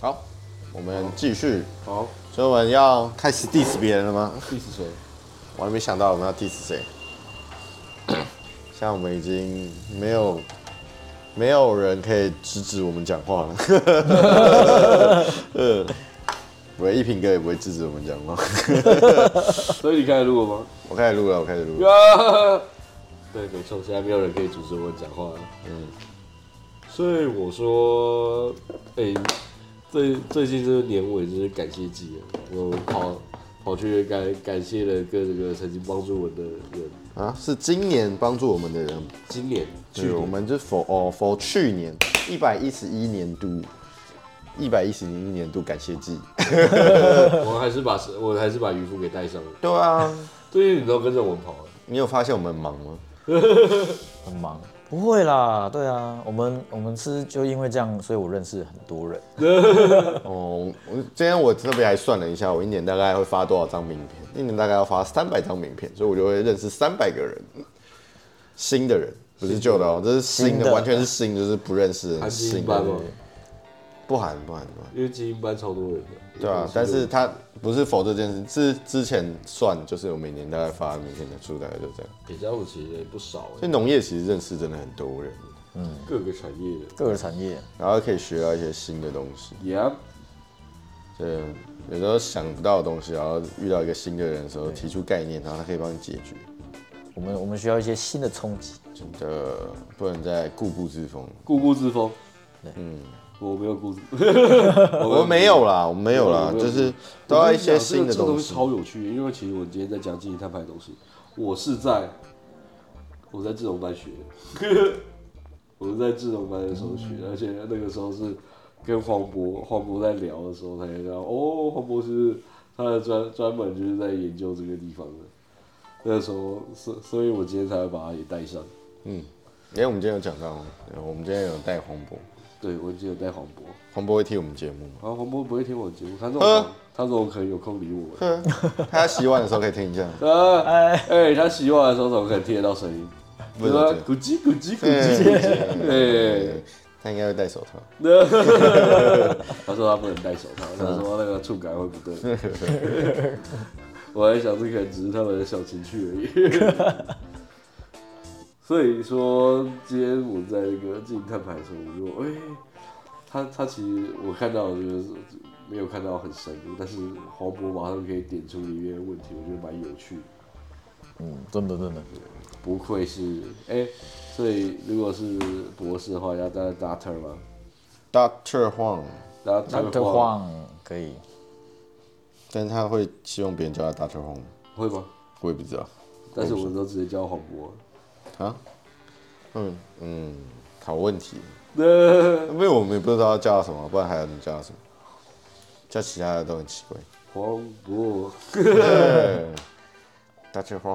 好，我们继续。 好， 所以我们要开始 diss 别人了吗？ diss 谁？ 我还没想到我们要 diss 谁。像我们已经没有人可以制止我们讲话了。不会，一平哥也不会制止我们讲话。 所以你开始录了吗？ 我开始录了。 对，没错，现在没有人可以阻止我们讲话了。所以我说，最近这个年尾就是感谢季了，我跑去感谢了各个曾经帮助我的人。 啊，是今年帮助我们的人。 今年， 对，我们就否去年111年度感谢季。 我还是把渔夫给带上了。 对啊， 最近你都跟着我们跑了。 你有发现我们很忙吗？ 很忙，不会啦，对啊，我们是就因为这样，所以我认识很多人。 今天我特别还算了一下，我一年大概会发多少张名片？一年大概要发300张名片，所以我就会认识300个人，新的人，不是旧的哦，这是新的，完全是新的，就是不认识的含精英新的。 班吗？ 不含， 因为精英班超多人的。 对啊，但是他不是否这件事，是之前算，就是我每年大概发名片的数大概就这样。 这样其实也不少。 所以农业其实认识真的很多人， 各个产业的， 各个产业， 然后可以学到一些新的东西。 Yeah， 对，有时候想不到的东西，然后遇到一个新的人的时候，提出概念，然后他可以帮你解决。 我们需要一些新的冲击。 真的不能再固步自封。 固步自封。我没有固执， 我们没有啦，就是都要一些新的这个东西东西。 超有趣，因为其实我今天在讲经营摊牌的东西，我在志龙班学的，我是在志龙班的时候学的，而且那个时候是跟黄渤在聊的时候才知道，黄渤是他的专门就是在研究这个地方的。那个时候，所以我今天才会把他也带上。 我们今天有讲到，我们今天有带黄渤。 对，我今天有带黄渤。 黄渤会听我们节目吗？ 黄渤不会听我的节目，他这种可能有空理我。 他洗碗的时候可以听一下。 他洗碗的时候怎么可能听得到声音？ 不是咕叽咕叽咕叽。 他应该会戴手套。 他说他不能戴手套，他说那个触感会不对。我还想这可能只是他们的小情趣而已。所以说，今天我在那个进行摊牌的时候，我就他其实我看到就是没有看到很深入，但是黄渤马上可以点出里面的问题，我觉得蛮有趣的。 真的， 不愧是所以如果是博士的话，要当 Doctor 吗 Dr. Huang， Huang 可以， 但他会希望别人叫他 Dr. Huang， 会吗？ 我也不知道。 但是我都直接叫黄渤。 啊？好问题。因为我们也不知道要叫他什么，不然还有人叫他什么？叫其他的都很奇怪。 黄渤。 Dr. Huang。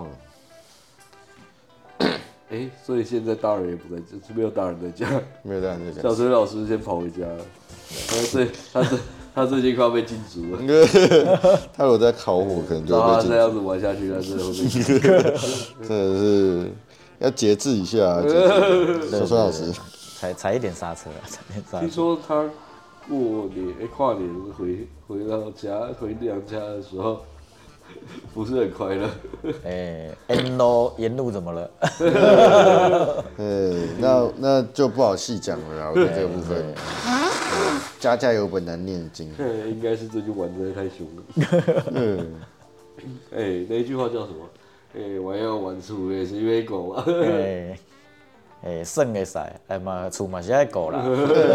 所以现在大人也不在家，没有大人在家。 没有大人在家。 小崔老师先跑回家了。他最近快要被禁足了。 他如果在烤火，可能就会被禁足。 他这样子玩下去，他真的会被禁足。 真的是要节制一下。小崔老师， 踩一点刹车。 听说他跨年回到家回娘家的时候，不是很快乐。 沿路怎么了？ 那就不好细讲了啦。我觉得这个部分，家有本难念的经。 应该是最近玩的太凶了。那一句话叫什么？玩要玩厝也是因为狗啊。 算会使，厝嘛是爱狗啦。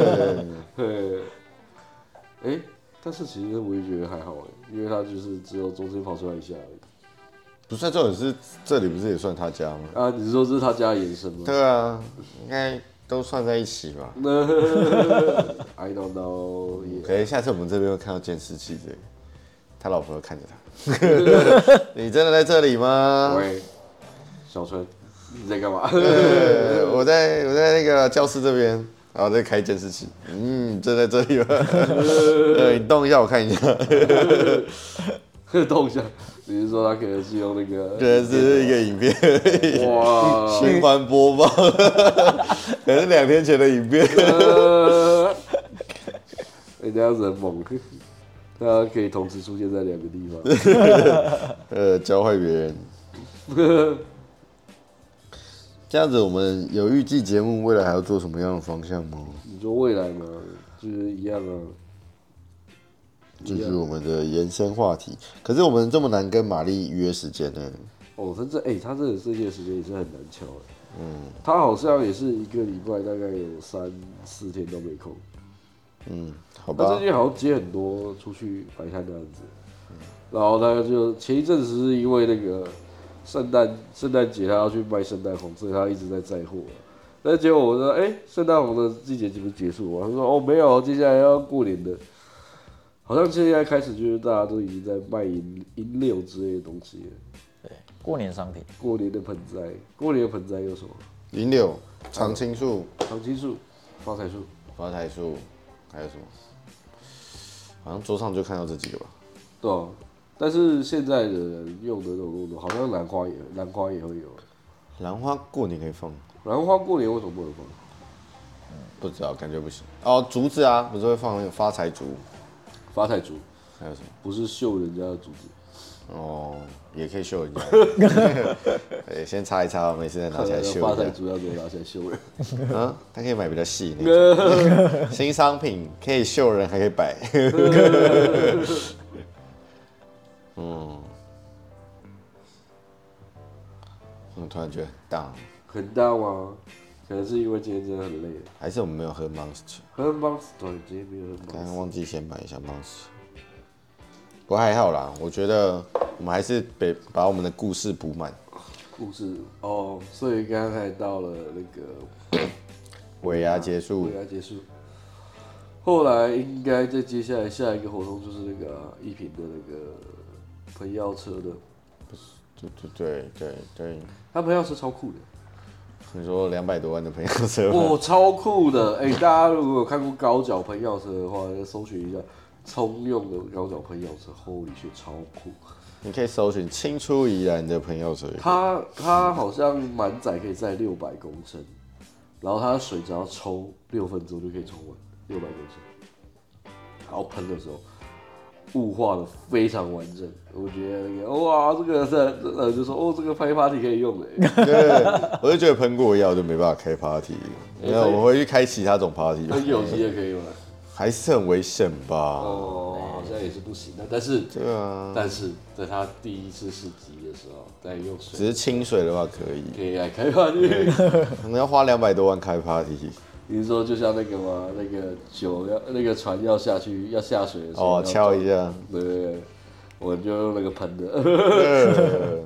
但是其实我也觉得还好因为他就是只有中间跑出来一下而已。 不是，重点是这里不是也算他家吗？ 你是说这是他家的延伸吗？ 对啊，应该都算在一起吧。 I don't know。 可能下次我们这边会看到监视器这里，他老婆看着他。你真的在这里吗？ 喂，小春，你在干嘛？ 我在那个教室这边，然后在开监视器。真在这里吗？你动一下，我看一下。 动一下。你是说他可能是用那个？ 对，是一个影片。哇！循环播放，可能是2天前的影片。 这这样子很猛，他可以同时出现在2个地方， 教坏别人。这样子，我们有预计节目未来还要做什么样的方向吗？ 你说未来嘛，就是一样啊。 就是我们的延伸话题。可是我们这么难跟玛丽约时间呢？ 哦，他这个设计的时间也是很难敲的。他好像也是1个礼拜大概有3-4天都没空。 好吧。 他最近好像接很多出去摆摊的案子，然后他就前一阵子是因为那个圣诞节他要去卖圣诞红，所以他一直在载货。但结果我说，圣诞红的季节不是结束吗？他说，没有，接下来要过年的。好像现在开始就是大家都已经在卖银柳之类的东西了。 对，过年商品。 过年的盆栽有什么？ 银柳、常青树、 发财树， 还有什么？好像桌上就看到这几个吧。 对啊，但是现在的人用的那种好像兰花也会有。 兰花过年可以放。 兰花过年为什么不能放？ 不知道，感觉不行。哦，竹子啊，不是会放那个发财竹？ 发财竹还有什么？ 不是绣人家的竹子。 哦，也可以秀人家。先擦一擦，没事再拿起来秀。 发财竹要怎么拿起来秀人？ 啊，他可以买比较细那种新商品，可以秀人，还可以摆。我突然觉得很大。 很大吗？可能是因为今天真的很累。 还是我们没有喝 Monster？ 喝 Monster， 今天没有喝 Monster。 刚刚忘记先买一下 Monster。不过还好啦，我觉得我们还是得把我们的故事补满。 故事哦，所以刚才到了那个尾牙结束。 后来应该再接下来下一个活动就是那个一品的那个喷药车的。对。他喷药车超酷的。 你说200多万的喷药车吗？ 哦，超酷的！大家如果有看过高脚喷药车的话，搜寻一下通用的高脚喷药车 ，Holy shit， 超酷！ 你可以搜寻青出宜兰的喷药车。 它好像满载可以载600公升，然后它的水只要抽6分钟就可以冲完600公升，然后喷的时候雾化的非常完整。我觉得那个哇，这个就说这个开 party 可以用的。 对，我就觉得喷过药就没办法开 party， 因为我们会去开其他种 party。 喷有机也可以吗？ 还是很危险吧？ 哦，好像也是不行的。但是在他第一次试机的时候，在用水， 只是清水的话可以来开 party。 可能要花200多万开 party。 你是说就像那个吗？那个酒那个船要下去要下水的时候， 敲一下。 对，我就用那个喷的。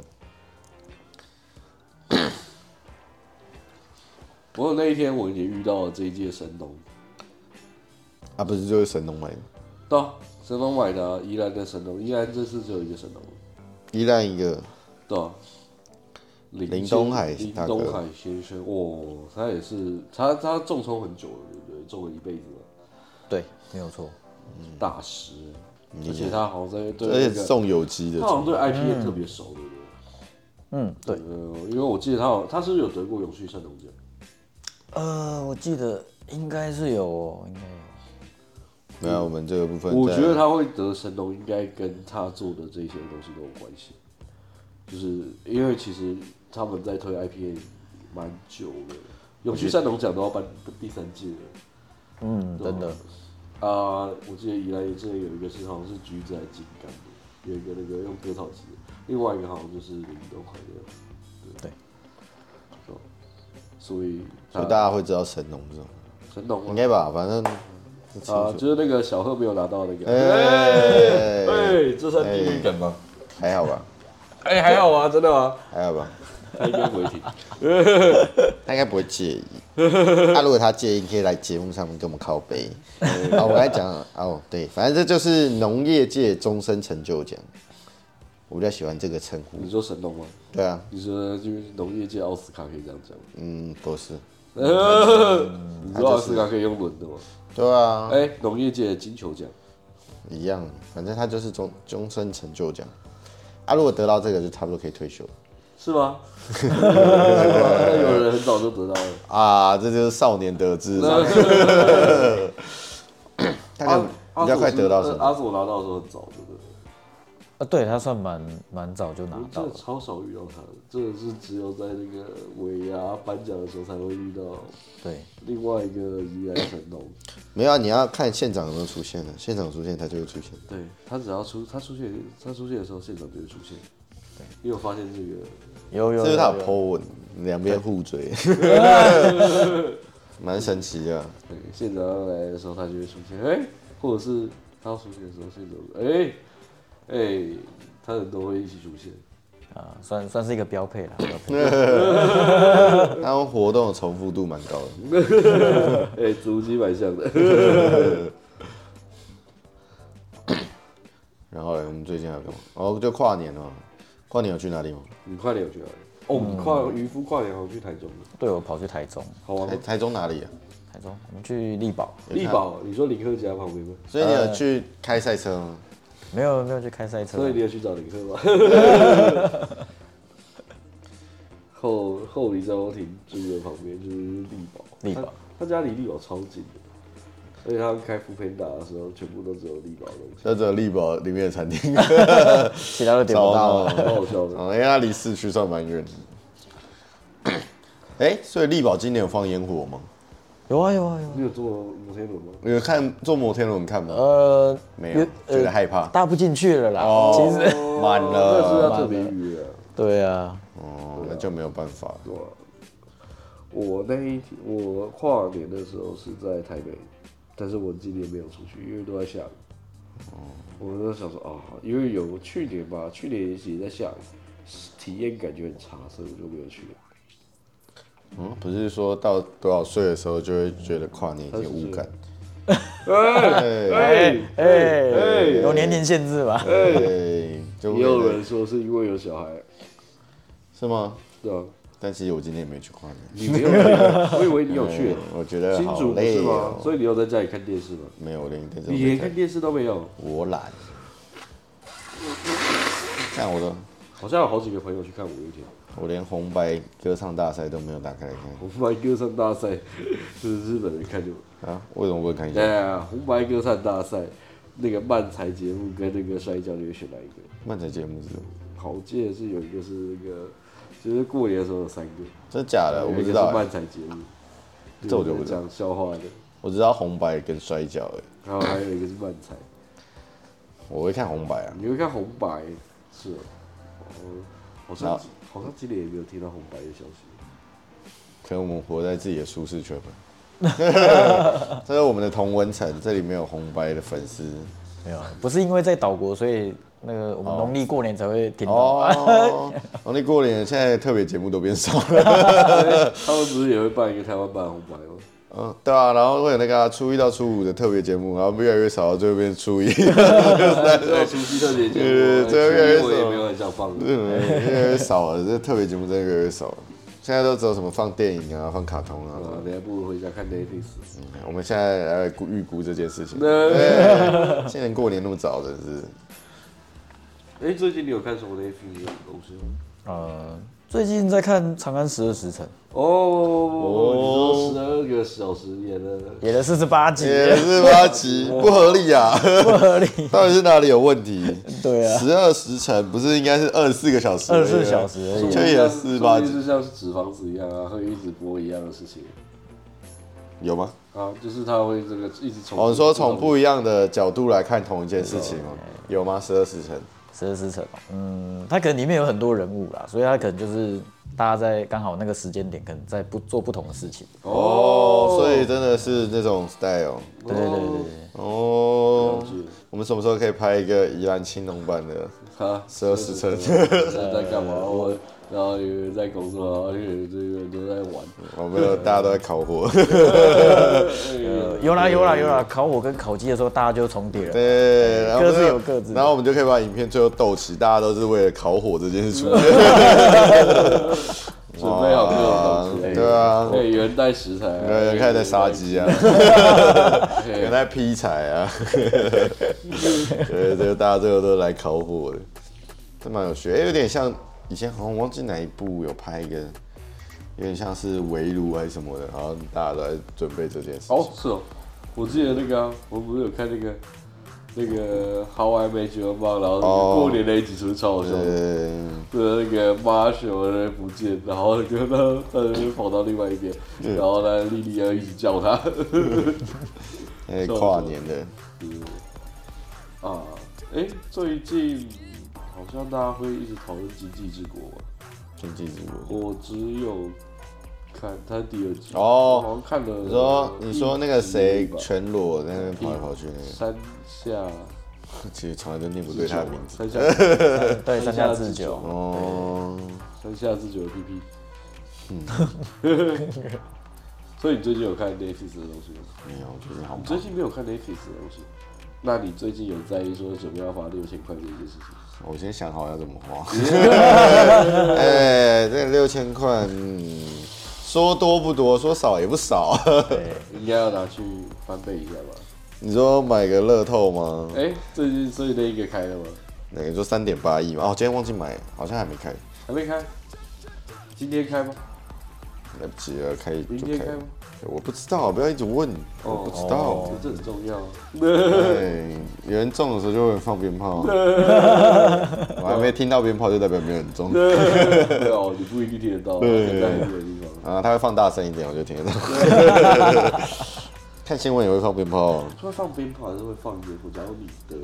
不过那一天我也遇到了这一届神农。 不是就是神农买的？ 对啊，神农买的宜兰的神农，宜兰这次只有一个神农。 宜兰一个。 对啊。 林东海先生，他也是他种葱很久了，对不对？种了一辈子了。 对，没有错。 大师，而且他好像对， 而且种有机的， 他好像对 IPA 特别熟，对不对？ 对。因为我记得他是不是有得过永续神农奖？ 我记得应该是有，应该有。 没有，我们这个部分， 我觉得他会得神农，应该跟他做的这些东西都有关系。就是因为其实他们在推 IPA 蛮久了，永续神农奖都要办第3届了。 真的。 我记得宜兰之前有一个是好像是橘子还是金柑的，有一个那个用割草机的，另外一个好像就是林东海的。 对。 所以大家会知道神农这种。 神农应该吧，反正。 就是那个小贺没有拿到那个。这算地狱梗吗？ 还好吧。 还好吗？真的吗？ 还好吧。 他应该不会听。 他应该不会介意。如果他介意，可以来节目上面跟我们靠背。我刚才讲对，反正这就是农业界终身成就奖。我比较喜欢这个称呼。 你说神农吗？ 对啊。 你说就是农业界奥斯卡可以这样讲？ 不是。 你说奥斯卡可以用轮的吗？ 对啊。 农业界的金球奖一样，反正他就是终身成就奖。如果得到这个，就差不多可以退休了。 是吗？有人很早就得到了这就是少年得志。 比较快得到什么？ 阿索拿到的时候很早，对不对？ 对他算蛮早就拿到了， 超少遇到他的，真的是只有在那个尾牙颁奖的时候才会遇到。 对， 另外一个宜兰成龙， 没有啊，你要看县长有没有出现呢？县长出现，他就会出现。 对他只要出现的时候，县长就会出现。对，你有发现这个？ 有， 这是他有 po 文，两边互追，蛮神奇的。 对，县长要来的时候，他就会出现，或者是他要出现的时候，县长他们都会一起出现。 啊，算是一个标配啦。 他们活动的重复度蛮高的。 足迹蛮像的。 然后我们最近还有干嘛？哦，就跨年了。跨年有去哪里吗？ 你跨年有去哪里？渔夫跨年好像去台中。 对，我跑去台中。 好玩吗？ 台中哪里啊？ 台中，我们去力宝。 力宝，你说林克家旁边吗？ 所以你有去开赛车吗？ 没有去开赛车。 所以你有去找林克吗？后里交通亭住的旁边就是力宝。他家离力宝超近的。而且他们开Foodpanda的时候，全部都只有力宝的东西， 就只有力宝里面的餐厅， 其他都点不到了， 超好笑的。 因为它离市区算蛮远的。所以力宝今年有放烟火吗？ 有啊。 你有坐摩天轮吗？ 有看坐摩天轮看吗？没有，觉得害怕， 搭不进去了啦。其实满了， 那是要特别预约啊。 对啊。 那就没有办法。 对啊。我那一天我跨年的时候是在台北。但是我今年没有出去，因为都在下雨。我就想说因为有去年吧，去年也在下雨，体验感觉很差，所以我就没有去了。 不是说到多少岁的时候就会觉得跨年已经无感？ 有年龄限制吧？ 也有人说是因为有小孩， 是吗？ 对啊。 但其实我今天也没去跨年。 你没有去？我以为你有去。 我觉得新竹不是吗？所以你有在家里看电视吗？ 没有，我连电视。 你连看电视都没有？ 我懒。看我的， 好像有好几个朋友去看五月天。 我连红白歌唱大赛都没有打开来看。 红白歌唱大赛是日本人看就为什么不能看一下？ 对啊，红白歌唱大赛那个漫才节目跟那个摔跤，你会选哪一个？ 漫才节目是什么？ 好，我记得是有一个是那个。就是过年的时候有3个， 真的假的？我不知道。 是漫才节目， 这我就不知道。 讲笑话的， 我知道红白跟摔跤而已。 然后还有一个是漫才。我会看红白啊。 你会看红白？是。好像今年也没有听到红白的消息。 可能我们活在自己的舒适圈吧。这是我们的同温层，这里没有红白的粉丝。 没有，不是因为在岛国，所以那个我们农历过年才会听到。 农历过年现在特别节目都变少了。 他们不是也会办一个台湾版红白吗？ 对啊，然后会有那个初1到初5的特别节目，然后越来越少，最后变成初1。 除夕特别节目， 最后越来越少， 我也没有很想放。 越来越少了，这特别节目真的越来越少了。现在都只有什么放电影啊，放卡通啊。 你还不如回家看 Netflix。 我们现在来预估这件事情。现在过年那么早，真是。最近你有看什么 Netflix 的东西吗？ 最近在看《长安12时辰》。 你说12个小时演了48集。 也是48集，不合理啊！ 不合理。 到底是哪里有问题？ 对啊。 12时辰不是应该是24个小时 ？24小时而已。 就演48集， 是像是纸房子一样啊，会一直播一样的事情。 有吗？ 就是他会这个一直重。 你说从不一样的角度来看同一件事情吗？有吗？12时辰。 12时辰，它可能里面有很多人物啦，所以他可能就是大家在刚好那个时间点，可能在做不同的事情。 所以真的是那种 style。 对。 我们什么时候可以拍一个宜兰青农版的12时辰？ 在干嘛？然后有人在工作，然后有人都在玩。 我没有，大家都在烤火。 有啦，烤火跟烤鸡的时候，大家就重叠了。 对，然后各自有各自。 然后我们就可以把影片最后斗起，大家都是为了烤火这件事出现。 准备好各种东西。 对啊。 有人带食材， 有人开始在杀鸡啊，有人在劈柴啊。对，大家最后都来烤火的，这蛮有趣。有点像。以前好像忘记哪一部有拍一个，有点像是围炉还是什么的，然后大家都在准备这件事情。 是哦，我记得那个我不是有看那个那个 How I Met Your Mother， 然后过年那一集是不是超好笑的？那个 Marshall 那边不见，然后他那边跑到另外一边，然后呢，莉莉要一直叫他。 跨年的。 啊，最近好像大家会一直讨论《经济之国》吧？ 经济之国。 我只有看他第2集， 哦， 好像看了。 你说那个谁全裸在那边跑来跑去那个。 山下。 其实从来都念不对他的名字。 对，山下智久。 哦。山下智久的 PP。所以你最近有看 Netflix 的东西吗？ 没有，最近好忙。 你最近没有看 Netflix 的东西？那你最近有在意说准备要花6000块这件事情？ 我先想好要怎么花。这6000块，说多不多，说少也不少。 对，应该要拿去翻倍一下吧。 你说买个乐透吗？ 最近所以那一个开了吗？ 那个就3.8亿嘛。哦，今天忘记买，好像还没开。 还没开？今天开吗？ 来不及了，开就开。 明天开吗？ 我不知道，不要一直问。我不知道， 这很重要。 对，有人中的时候就会放鞭炮。我还没听到鞭炮，就代表没有人中。 对哦，你不一定听得到，在很远的地方。 啊，他会放大声一点，我就听得到。看新闻也会放鞭炮。 会放鞭炮还是会放烟火？假如你得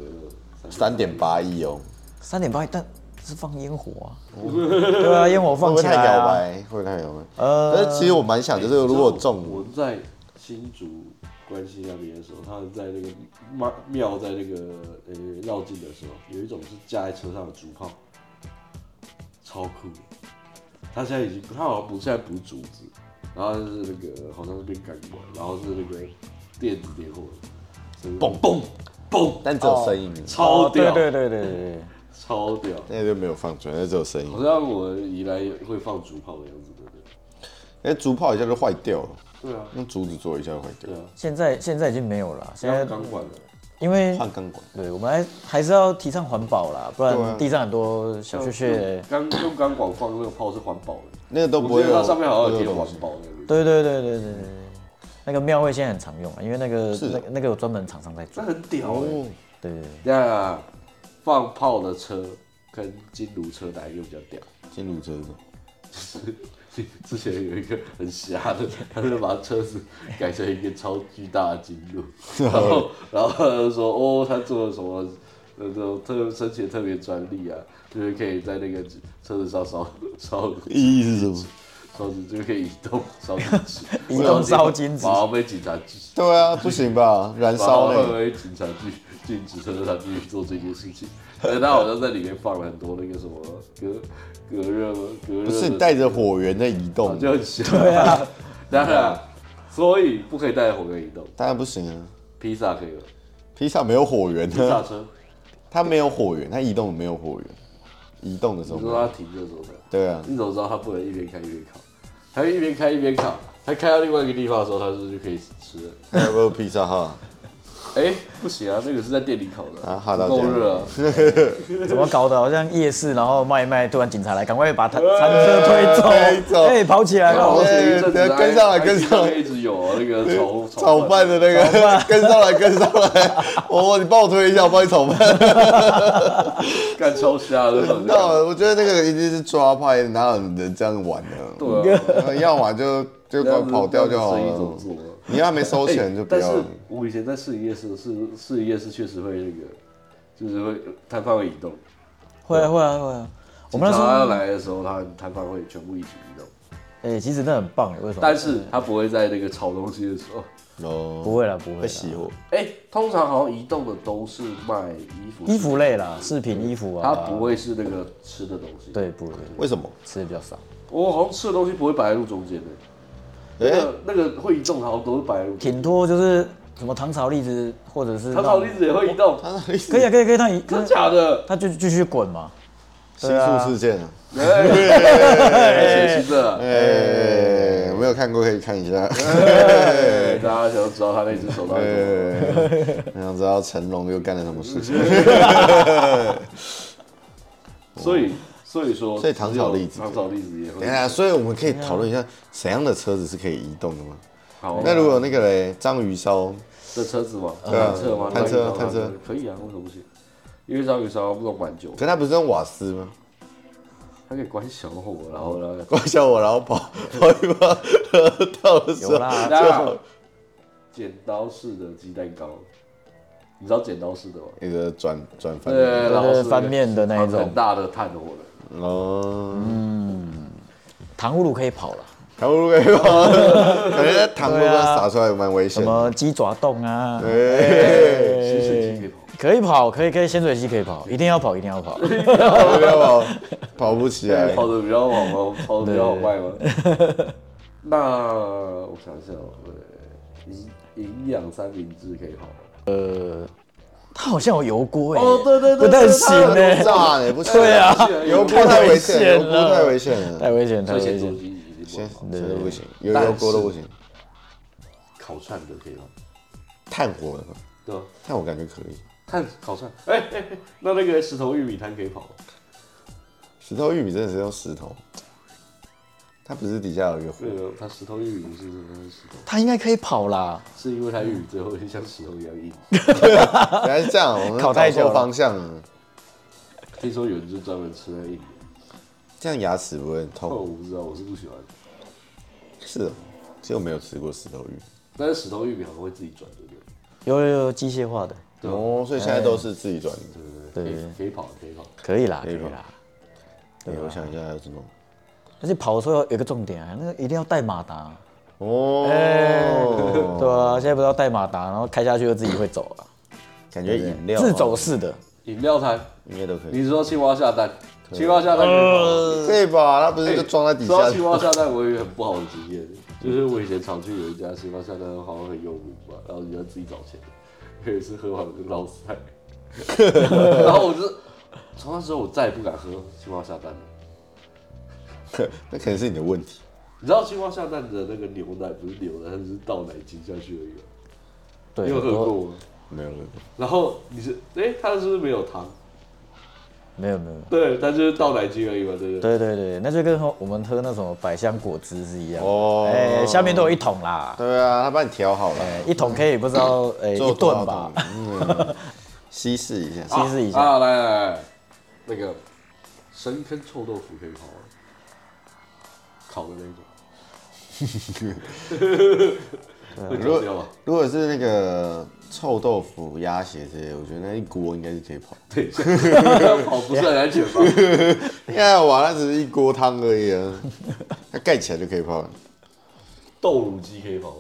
3.8亿哦。 3.8亿，但是放烟火啊。对啊，烟火放起来啊。 会不会太摇摆？会不会太摇摆？但是其实我蛮想，就是如果中， 我在新竹关西那边的时候，他们在那个庙在那个绕境的时候，有一种是架在车上的竹炮，超酷的。他现在好像现在不是竹子，然后是那个好像是变钢管，然后是那个电子点火， 嘣嘣嘣，但只有声音， 超屌， 对， 超屌。 那个就没有放出来，那只有声音。 好像我宜兰会放竹炮的样子，对不对？ 竹炮一下就坏掉了。 对啊， 用竹子做一下就坏掉。 对啊， 现在已经没有了，现在钢管了。 因为换钢管， 对，我们还是要提倡环保啦，不然地上很多小屑屑。 用钢管放那个炮是环保的， 那个都不会有。 它上面好像有贴环保的。 对，那个庙会现在很常用啊，因为那个有专门厂商在做。 那很屌哎。 对。 那放炮的车跟金炉车哪一个比较屌？ 金炉车是。之前有一个很瞎的，他就把车子改成一个超巨大的金炉，然后他就说他做了什么申请特别专利啊，就是可以在那个车子上烧， 意义是什么？ 烧金就可以移动烧金纸， 移动烧金纸， 马上被警察局。 对啊，不行吧？燃烧会被警察局禁止车上去做这件事情。而他好像在里面放了很多那个什么隔热， 不是你带着火源在移动， 就很香。对啊，当然，所以不可以带着火源移动。 当然不行啊。 披萨可以了。 披萨没有火源的。 披萨车， 它没有火源，它移动没有火源。移动的时候。 你说它停的时候的。 对啊。 你怎么知道它不能一边开一边烤？它一边开一边烤，它开到另外一个地方的时候，它就可以吃了。 还有没有披萨哈？ 不行啊，那个是在店里烤的啊，好的， 够热啊！ 怎么搞的？好像夜市，然后卖一卖，突然警察来，赶快把餐车推走，跑起来了！ 跟上来！ 一直有那个炒饭的那个，跟上来！你帮我推一下，我帮你炒饭。 干超瞎的！ 我觉得那个一定是抓派，哪有人这样玩的？ 对啊， 要玩就跑掉就好了。你要没收钱就不要。 但是我以前在市营夜市确实会那个，就是会摊贩会移动。 会啊！ 我们那时候要来的时候，他摊贩会全部一起移动。 其实那很棒，为什么？ 但是他不会在那个炒东西的时候。 不会啦， 会熄火。 通常好像移动的都是卖衣服类啦，饰品、衣服啊。 它不会是那个吃的东西。 对，不会。 为什么？ 吃的比较少。 我好像吃的东西不会摆在路中间的。那个会移动，好像都是摆在路。 挺多就是什么糖炒栗子，或者是糖炒栗子也会移动。 可以，它移。 真的假的？ 它就继续滚嘛。 新宿事件啊。 写新的。 没有看过可以看一下。 大家想知道他那只手到底怎么？ 想知道成龙又干了什么事情。 所以糖炒栗子也会。 等一下，所以我们可以讨论一下怎样的车子是可以移动的吗？ 好。 那如果那个章鱼烧的车子嘛， 对啊摊车吗？ 摊车乱七八糟的可以啊，为什么不行？因为章鱼烧不都蛮久， 可它不是用瓦斯吗？ 它可以关小火，然后关小我，然后跑一跑，到的时候有啦， 那剪刀式的鸡蛋糕，你知道剪刀式的吗？ 那个转翻对， 面。 然后是翻面的那一种很大的炭火的。 哦， 糖葫芦可以跑了， 糖葫芦可以跑，感觉糖葫芦洒出来蛮危什险的。 么鸡爪冻啊， 咸水鸡可以跑， 可以跑，可以咸水鸡可以跑，一定要跑，一定要跑。 不要跑，跑不起来。 跑得比较好吗？跑得比较好卖吗？那我想一下哦，营养三明治可以跑吗？ 它好像有油锅哎， 哦对对对不太行哎， 炸呢，不行。 对啊， 油锅太危险，油太危险了锅太危险了。 太危险，太所以咸危险。 猪鸡一定不先能跑。 真的不行，油锅都不行。 烤串的可以吗？ 炭火的， 对吧？ 炭我感觉可以。 炭烤串，那个石头玉米摊可以跑吗？ 石头玉米真的是用石头，它不是底下有一个火。 对，它石头玉米不是石头， 它应该可以跑啦， 是因为它玉米最后会像石头一样硬。 原来是这样，我们烤太久了搞错方向了。 听说有人就专门吃那硬的， 这样牙齿不会很哦， 痛？ 我不知道，我是不喜欢。 是哦，其实我没有吃过石头玉米。 但是石头玉米好像会自己转，对不对？ 有机械化的， 哦，所以现在都是自己转的。 对，可以跑，可以跑。 可以啦，可以可以啦。 对，我想一下还有什么。 而且跑的时候有一个重点啊，那个一定要带马达。 哦， 对啊，现在不是要带马达，然后开下去就自己会走啊， 感觉饮料自走式的。 饮料摊， 应该都可以。 你说青蛙下蛋，青蛙下蛋可以跑。 可以吧？它不是就装在底下说到？青蛙下蛋，我有一个很不好的经验，就是我以前常去有一家青蛙下蛋，好像很有名吧，然后你要自己找钱。有一次喝完就老死菜，然后我就从那时候我再也不敢喝青蛙下蛋了。 那可能是你的问题。 你知道青蛙下蛋的那个牛奶不是牛奶，它只是倒奶精下去而已吗？ 对， 你有喝过吗？ 没有喝过。 然后你是它是不是没有糖？ 没有。 对，它就是倒奶精而已嘛，对不对？ 对，那就跟我们喝那种百香果汁是一样。 哦哎，下面都有一桶啦。 对啊，他帮你调好了， 一桶可以不知道一顿吧， 稀释一下。 稀释一下。 啊，来，那个深坑臭豆腐可以烤吗？烤的那种。会焦掉吗？ 如果是那个臭豆腐、鸭血这些，我觉得那一锅应该是可以跑。 对，跑不是很安全吧？ 应该哇，那只是一锅汤而已啊，它盖起来就可以泡了。 豆乳鸡可以跑吗？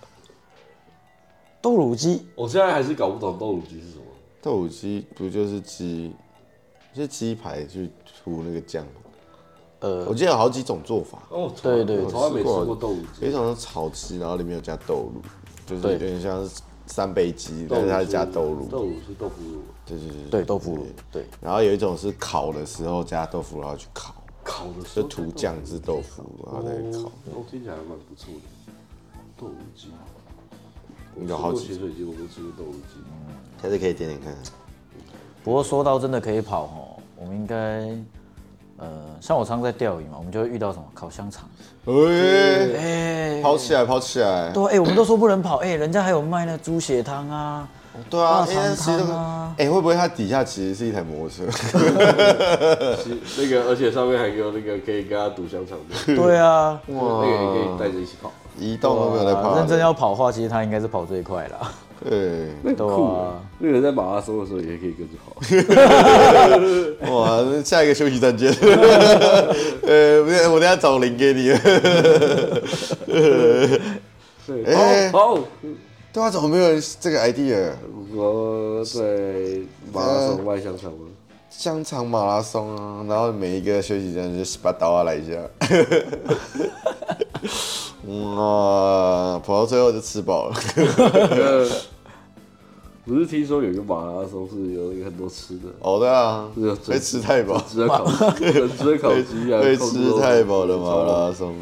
豆乳鸡， 我现在还是搞不懂豆乳鸡是什么。 豆乳鸡不就是鸡，就是鸡排去涂那个酱吗？我记得有好几种做法， 哦， 对我从来没吃过豆乳鸡。 有一种是炒鸡，然后里面有加豆乳，就是对有点像是三杯鸡，但是它是加豆乳。 豆乳是豆腐乳， 对豆腐乳，对， 然后有一种是烤的时候加豆腐，然后去烤， 烤的时候就涂酱汁豆腐，然后再烤。 哦，听起来还蛮不错的。豆乳鸡， 有好几咸水鸡，我没吃过豆乳鸡。 下次可以点点看。 不过说到真的可以跑哦，我们应该，像我常常在钓鱼嘛，我们就会遇到什么烤香肠，跑起来， 跑起来！ 对，我们都说不能跑，人家还有卖那猪血汤啊， 对啊， 大肠汤啊， 会不会它底下其实是一台摩托车？ 那个，而且上面还有那个可以跟他赌香肠的， 对啊， 那个也可以带着一起跑。 移动都没有在怕。 认真要跑的话，其实他应该是跑最快啦。 对， 对啊， 那个人在马拉松的时候也可以跟着跑。 哇，下一个休息站见。我等下找零给你。 对，好， 对啊，怎么没有人这个 idea？ 我在马拉松卖香肠吗？ 香肠马拉松啊，然后每一个休息站就把刀来一下。哇，跑到最后就吃饱了。 不是听说有一个马拉松是有很多吃的？ 哦，对啊， 是会吃太饱， 只烤鸡啊， 会吃太饱的马拉松。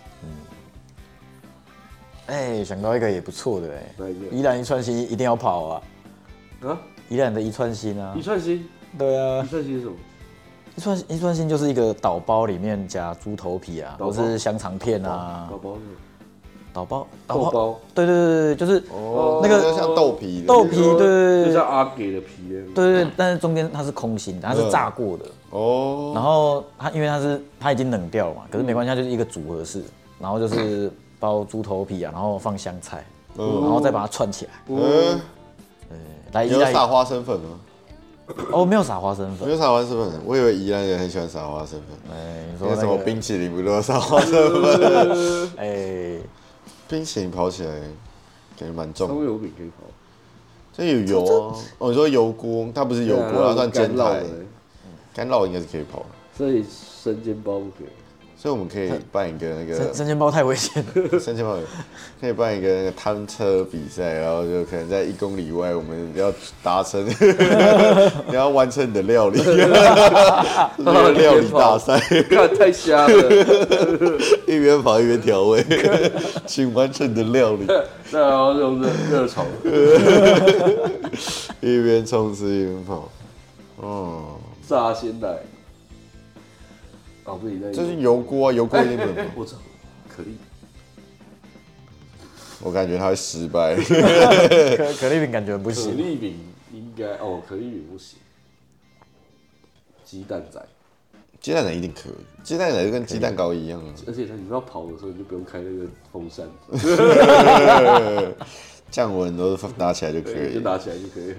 想到一个也不错的哪一个宜兰一串心一定要跑啊！ 啊， 宜兰的一串心啊一，串心， 对啊一，串心是什么？ 一串心就是一个岛包里面加猪头皮啊， 岛包或是香肠片啊。 宝宝是豆包，对，就是那个像豆皮， 对， 就像阿给的皮。 对，但是中间它是空心的，它是炸过的。哦。然后因为它已经冷掉了嘛，可是没关系，它就是一个组合式，然后就是包猪头皮啊，然后放香菜，然后再把它串起来。来， 有撒花生粉吗？ 哦，没有撒花生粉， 没有撒花生粉，我以为宜兰人很喜欢撒花生粉。 你说什么冰淇淋不都要撒花生粉？冰淇淋跑起来感觉蛮重。 葱油饼可以跑。 这有油啊！你说油锅，它不是油锅，它算煎台。干酪应该是可以跑的。 所以生煎包不可以。 所以我们可以办一个那个生煎包太危险了。 生煎包可以办一个那个摊车比赛，然后就可能在1公里外，我们要达成，你要完成你的料理，料理大赛， 看太瞎了， 一边跑一边调味，请完成你的料理。 那要用热炒， 一边冲刺一边跑， 炸鲜奶。 这是油锅啊，油锅一定不能跑。 我操，可丽， 我感觉他会失败。 可丽饼感觉不行。 可丽饼应该可丽饼不行。鸡蛋仔， 鸡蛋仔一定可以，鸡蛋仔就跟鸡蛋糕一样啊。 而且你要跑的时候，你就不用开那个风扇， 降温都是拿起来就可以， 就拿起来就可以。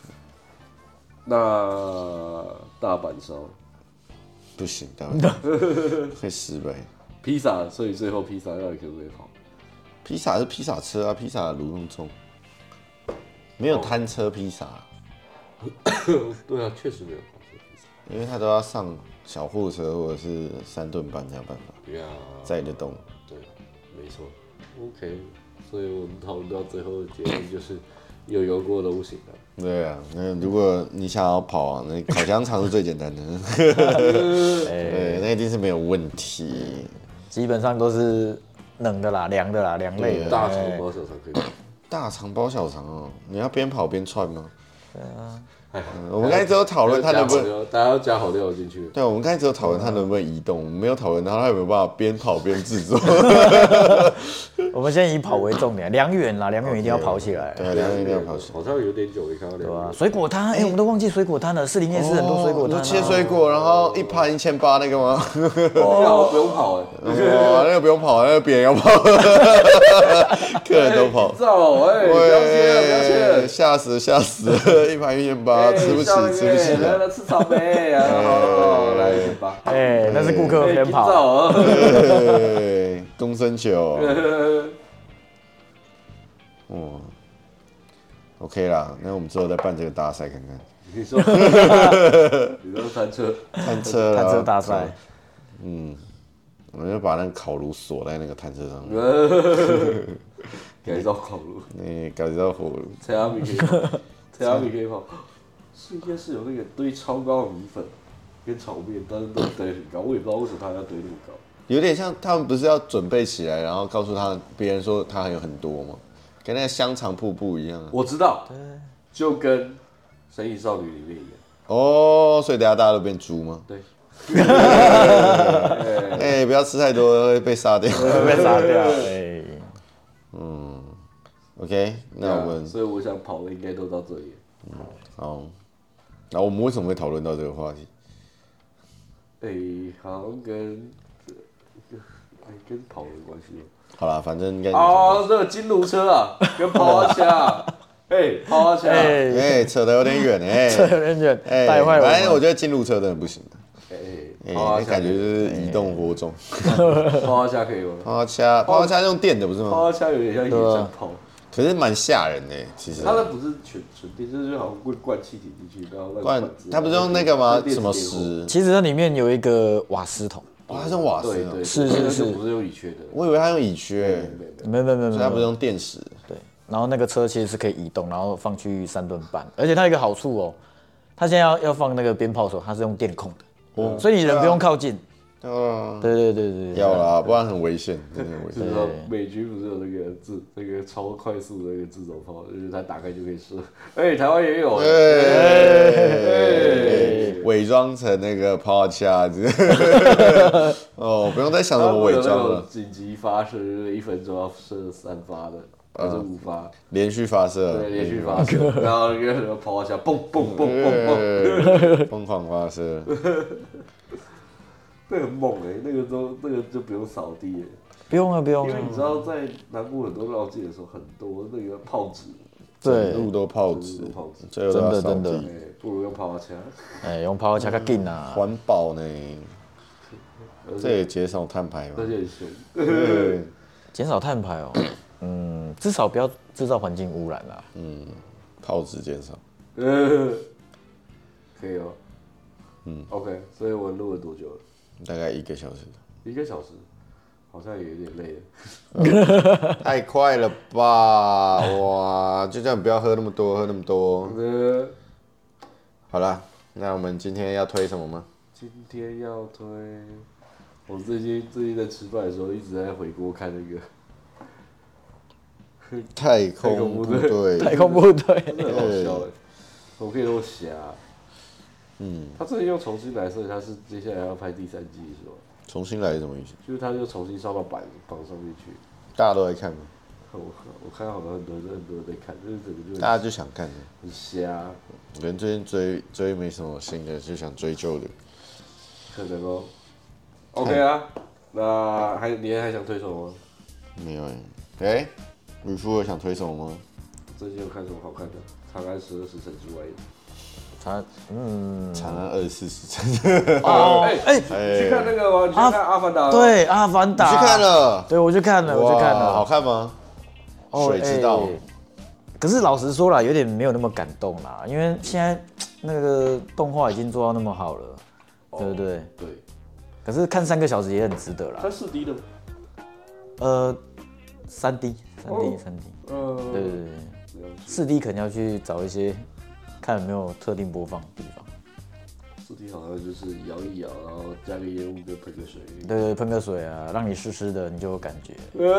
那大阪烧。 不行，当然会失败。 披萨，所以最后披萨到底可不可以跑？ 披萨是披萨车啊，披萨的蠕动中，没有摊车披萨。 对啊，确实没有跑车披萨， 因为他都要上小货车或者是3吨半才有办法载得动。 对，没错。OK， 所以我们讨论到最后的结论就是有油锅都不行了。 对啊，那如果你想要跑啊，那烤香肠是最简单的，对，那一定是没有问题。 基本上都是冷的啦、凉的啦、凉类的。 大肠包小肠可以跑。 大肠包小肠哦，你要边跑边串吗？ 对啊。 我们刚才只有讨论它能不能， 大家要加好料进去。 对，我们刚才只有讨论它能不能移动，我们没有讨论它有没有办法边跑边制作。 我们先以跑为重点，2远啦，2远一定要跑起来。 对，2远一定要跑起来。 好像有点久没看到2远。 对啊，水果摊，我们都忘记水果摊了。士林夜市很多水果摊， 切水果，然后1盘1800那个吗？ 不用跑那个不用跑，那个别人要跑，客人都跑。 不要切， 吓死，1盘1800，吃不起。 来吃草莓啊！来1800， 那是顾客边跑。 公升球。OK 啦，那我们之后再办这个大赛看看。 你说摊车大赛， 我们就把那个烤炉锁在那个摊车上面， 改造烤炉， 改造火炉， 菜阿米可以跑，是应该是有那个堆超高的米粉跟炒面，但是都堆很高，我也不知道为什么他要堆那么高。有点像他们不是要准备起来，然后告诉别人说他还有很多吗？跟那个香肠瀑布一样啊。 我知道，就跟《神隐少女》里面一样。 哦，所以等下大家都变猪吗？ 对。 不要吃太多会被杀掉。 被杀掉。 OK， 那我们， 所以我想跑的应该都到这里。 好。然后我们为什么会讨论到这个话题？ 好像跟跑有关系。 好啦，反正应该。 这个金炉车啊，跟跑花虾，跑花虾， 扯得有点远扯得有点远，带坏我。 反正我觉得金炉车真的不行。感觉就是移动火种。 跑花虾可以吗？ 跑花虾用电的不是吗？ 跑花虾有点像野战炮。 可是蛮吓人的，其实。 它那不是纯电，就是好像会灌气体进去，然后那个。 它不是用那个吗？什么石？ 其实它里面有一个瓦斯桶。 它是用瓦斯桶。 是。 不是用乙炔的。 我以为它用乙炔。 没有。 所以它不是用电石。 对。然后那个车其实是可以移动，然后放去3吨半，而且它有一个好处哦，它现在要放那个鞭炮的时候，它是用电控的，所以你人不用靠近。 对， 要啦，不然很危险，真的很危险。 知道美军不是有那个超快速的那个自走炮，就是它打开就可以射。台湾也有。 伪装成那个抛卡子。哦，不用再想什么伪装了。 紧急发射，1分钟要射3发的，还是5发？ 连续发射。 对，连续发射。然后那个什么抛卡，蹦蹦蹦蹦蹦， 疯狂发射。 那很猛那个就不用扫地不用啊。 因为你知道在南部很多绕境的时候，很多那个炮纸， 对， 路都炮纸， 真的， 不如用抛卡。 用抛卡较紧啊。 环保呢，这也减少碳排嘛。 而且很凶。 减少碳排哦，至少不要制造环境污染啦。 炮纸减少。 可以哦。OK， 所以我录了多久了？ 大概1个小时。 1个小时，好像也有点累了。 太快了吧！哇，就叫你不要喝那么多，喝那么多。好啦，那我们今天要推什么吗？ 今天要推，我最近在吃饭的时候一直在回锅看那个太空部队。 太空部队， 真的很好笑怎么可以那么瞎？他最近又重新来，所以他是接下来要拍第3季是吧？ 重新来是什么意思？ 就是他又重新上到榜上面去。 大家都在看吗？ 我看好像很多人在看，就是整个就大家就想看的， 很瞎。 我人最近追没什么新的，就想追旧的。 可能哦。OK 啊，那你还想推什么吗？ 没有吕夫有想推什么吗？ 最近有看什么好看的？长安12时辰之外。 长安24时辰。 你去看那个吗？你去看《阿凡达》？ 对，《阿凡达》。 你去看了？ 对，我去看了。 好看吗？谁知道？ 可是老实说啦，有点没有那么感动啦，因为现在那个动画已经做到那么好了，对不对？ 对。 可是看3个小时也很值得啦。 它4D 的吗？3D。对，4D 可能要去找一些看有没有特定播放的地方。 4D 好像就是摇一摇，然后加个烟雾跟喷个水。 对，喷个水啊，让你湿湿的，你就有感觉。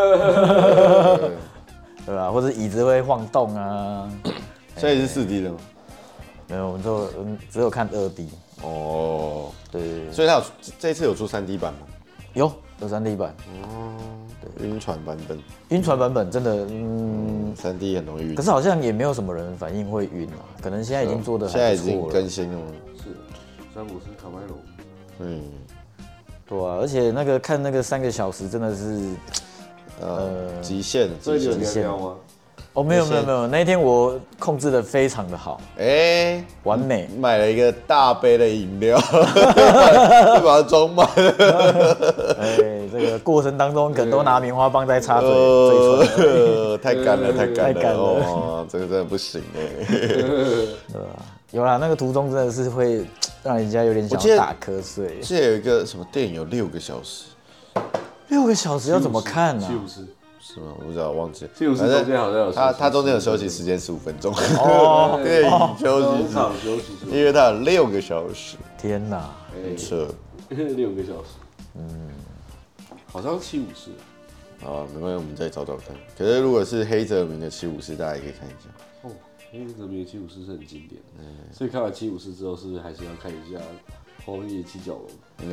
对吧？或者椅子会晃动啊。 所以是4D 的吗？ 没有，我们就只有看2D。 哦， 对。 所以他这一次有出3D 版吗？ 有3D 版。 对，晕船版本。 晕船版本真的 ，3D 很容易晕。 可是好像也没有什么人反应会晕啊，可能现在已经做的很不错了。 现在已经更新了。 是，詹姆斯卡麦隆。 对啊，而且那个看那个3个小时真的是， 极限。 所以你有尿吗？ 没有，那一天我控制的非常的好，完美。 买了一个大杯的饮料，就把它装满。 这个过程当中可能都拿棉花棒在擦嘴唇。 太干了，哦，这个真的不行对吧？有啦，那个途中真的是会让人家有点想打瞌睡。 记得有一个什么电影有6个小时 ，6个小时要怎么看呢？ 是吗？我不知道，忘记了。 750中间好像有他中间有休息时间15分钟。 电影休息，因为他有6个小时。 天哪， 很扯 ，6个小时。好像754。 好，没关系，我们再找找看。可是如果是黑泽明的754，大家也可以看一下。 黑泽明的754是很经典的，所以看完754之后，是不是还是要看一下《荒野七角龙》？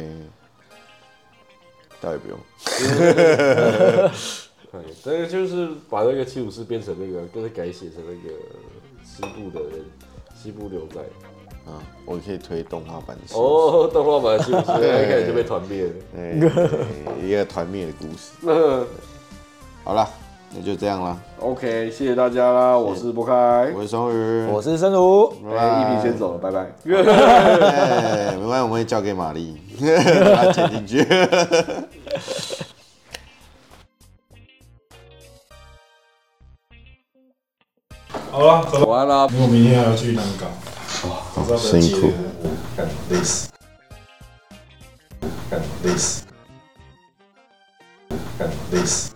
倒也不用。 但是就是把那个754变成那个，跟改写成那个西部的人，西部牛仔。 我可以推动画版的。 动画版的754，一开始就被团灭了。 一个团灭的故事。好了，那就这样了。 OK， 谢谢大家啦！我是波开， 我是双鱼， 我是生如。 一平先走了，拜拜。 没关系，我们会交给玛丽，把它剪进去。 好了，走完了。 因为我明天还要去南港。哇， 辛苦。 干累死。干累死。干累死。